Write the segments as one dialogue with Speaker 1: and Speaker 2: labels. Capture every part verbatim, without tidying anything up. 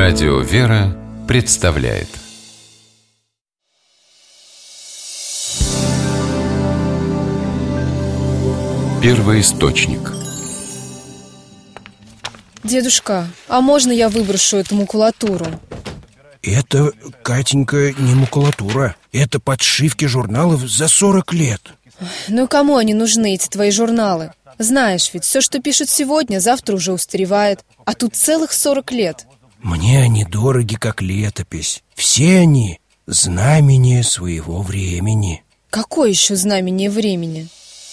Speaker 1: Радио «Вера» представляет Первоисточник.
Speaker 2: Дедушка, а можно я выброшу эту макулатуру?
Speaker 3: Это, Катенька, не макулатура. Это подшивки журналов за сорок лет.
Speaker 2: Ну и кому они нужны, эти твои журналы? Знаешь ведь, все, что пишут сегодня, завтра уже устаревает. А тут целых сорок лет.
Speaker 3: Мне они дороги, как летопись. Все они — знамение своего времени.
Speaker 2: Какое еще знамение времени?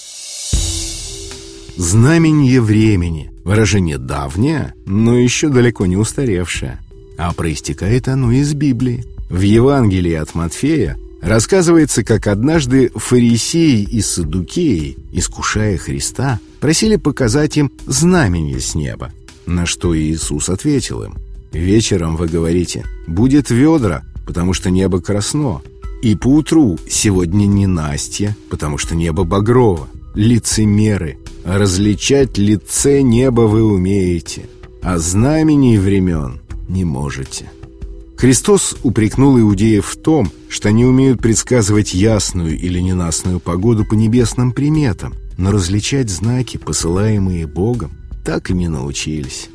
Speaker 4: Знамение времени. Выражение давнее, но еще далеко не устаревшее. А проистекает оно из Библии. В Евангелии от Матфея рассказывается, как однажды фарисеи и саддукеи, искушая Христа, просили показать им знамение с неба. На что Иисус ответил им: «Вечером вы говорите: будет ведра, потому что небо красно, и поутру: сегодня ненастье, потому что небо багрово. Лицемеры, различать лице неба вы умеете, а знамений времен не можете». Христос упрекнул иудеев в том, что они умеют предсказывать ясную или ненастную погоду по небесным приметам, но различать знаки, посылаемые Богом, так и не научились.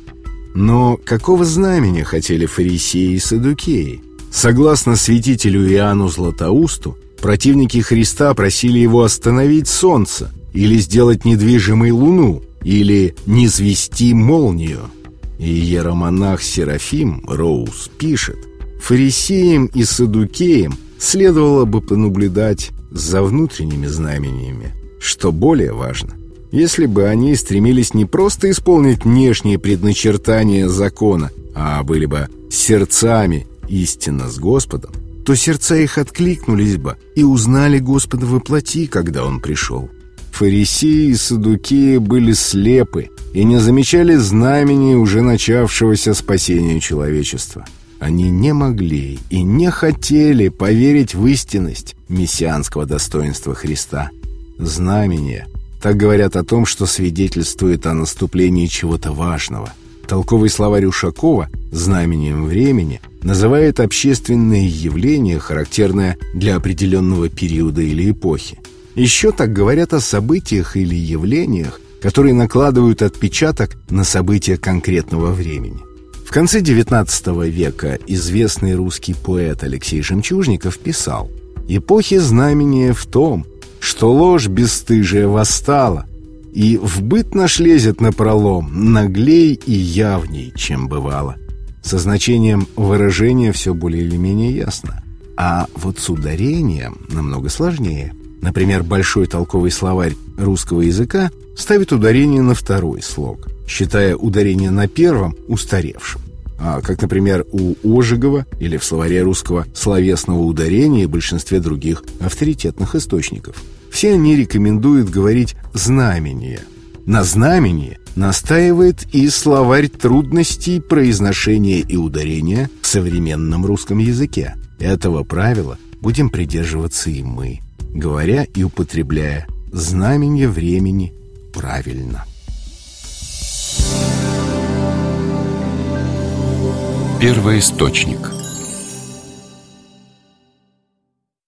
Speaker 4: Но какого знамения хотели фарисеи и саддукеи? Согласно святителю Иоанну Златоусту, противники Христа просили его остановить солнце, или сделать недвижимой луну, или низвести молнию. И иеромонах Серафим Роуз пишет: фарисеям и саддукеям следовало бы понаблюдать за внутренними знамениями, что более важно. Если бы они стремились не просто исполнить внешние предначертания закона, а были бы сердцами истинно с Господом, то сердца их откликнулись бы и узнали Господа во плоти, когда Он пришел. Фарисеи и саддукеи были слепы и не замечали знамений уже начавшегося спасения человечества. Они не могли и не хотели поверить в истинность мессианского достоинства Христа. Знамения так говорят о том, что свидетельствует о наступлении чего-то важного. Толковый словарь Ушакова знамением времени называет общественные явления, характерные для определенного периода или эпохи. Еще так говорят о событиях или явлениях, которые накладывают отпечаток на события конкретного времени. В конце девятнадцатого века известный русский поэт Алексей Жемчужников писал: «Эпохи знамения в том, что ложь бесстыжая восстала, и в быт наш лезет напролом, наглей и явней, чем бывало». Со значением выражения все более или менее ясно. А вот с ударением намного сложнее. Например, большой толковый словарь русского языка ставит ударение на второй слог, считая ударение на первом устаревшим. А как, например, у Ожегова или в словаре русского словесного ударения и большинстве других авторитетных источников. Все они рекомендуют говорить «знамение». На «знамение» настаивает и словарь трудностей произношения и ударения в современном русском языке. Этого правила будем придерживаться и мы, говоря и употребляя знамение времени правильно.
Speaker 1: Первоисточник.